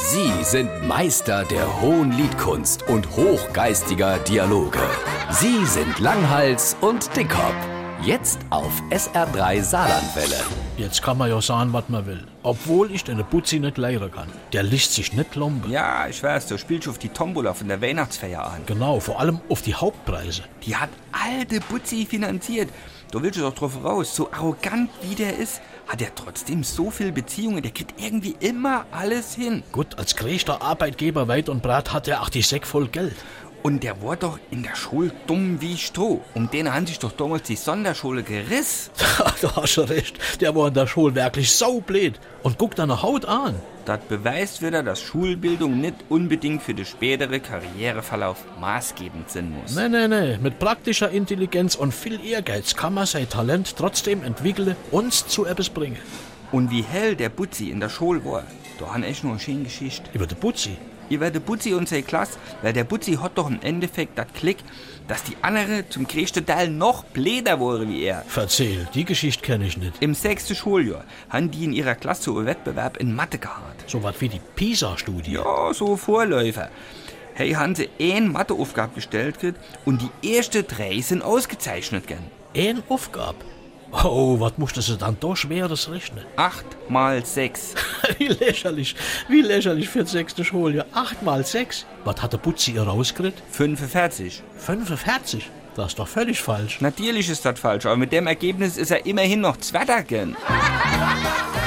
Sie sind Meister der hohen Liedkunst und hochgeistiger Dialoge. Sie sind Langhals und Dickhop. Jetzt auf SR3 Saarlandwelle. Jetzt kann man ja sagen, was man will. Obwohl ich den Butzi nicht leiden kann. Der lässt sich nicht lumpen. Ja, ich weiß, du spielst auf die Tombola von der Weihnachtsfeier an. Genau, vor allem auf die Hauptpreise. Die hat alte Butzi finanziert. Du willst doch drauf raus. So arrogant wie der ist, hat er trotzdem so viele Beziehungen. Der kriegt irgendwie immer alles hin. Gut, als größter Arbeitgeber weit und breit hat er auch die Säck voll Geld. Und der war doch in der Schule dumm wie Stroh. Um den haben sich doch damals die Sonderschule gerissen. Da hast du recht. Der war in der Schule wirklich saublöd. Und guck deine Haut an. Das beweist wieder, dass Schulbildung nicht unbedingt für den spätere Karriereverlauf maßgebend sein muss. Nee. Mit praktischer Intelligenz und viel Ehrgeiz kann man sein Talent trotzdem entwickeln und zu etwas bringen. Und wie hell der Butzi in der Schule war, da haben echt nur eine schöne Geschichte. Über den Butzi? Über den Butzi und seine Klasse, weil der Butzi hat doch im Endeffekt das Klick, dass die anderen zum größten Teil noch bläder waren wie er. Verzähl, die Geschichte kenne ich nicht. Im 6. Schuljahr haben die in ihrer Klasse so einen Wettbewerb in Mathe gehabt. So was wie die PISA-Studie. Ja, so Vorläufer. Hey, haben sie eine Matheaufgabe gestellt gekriegt und die ersten 3 sind ausgezeichnet worden. Eine Aufgabe? Oh, was musste sie dann da Schweres rechnen? 8 mal 6. Wie lächerlich für das 6. Schuljahr. 8 mal 6. Was hat der Butzi ihr rausgekriegt? 45. 45? Das ist doch völlig falsch. Natürlich ist das falsch, aber mit dem Ergebnis ist er immerhin noch Zweiter geworden.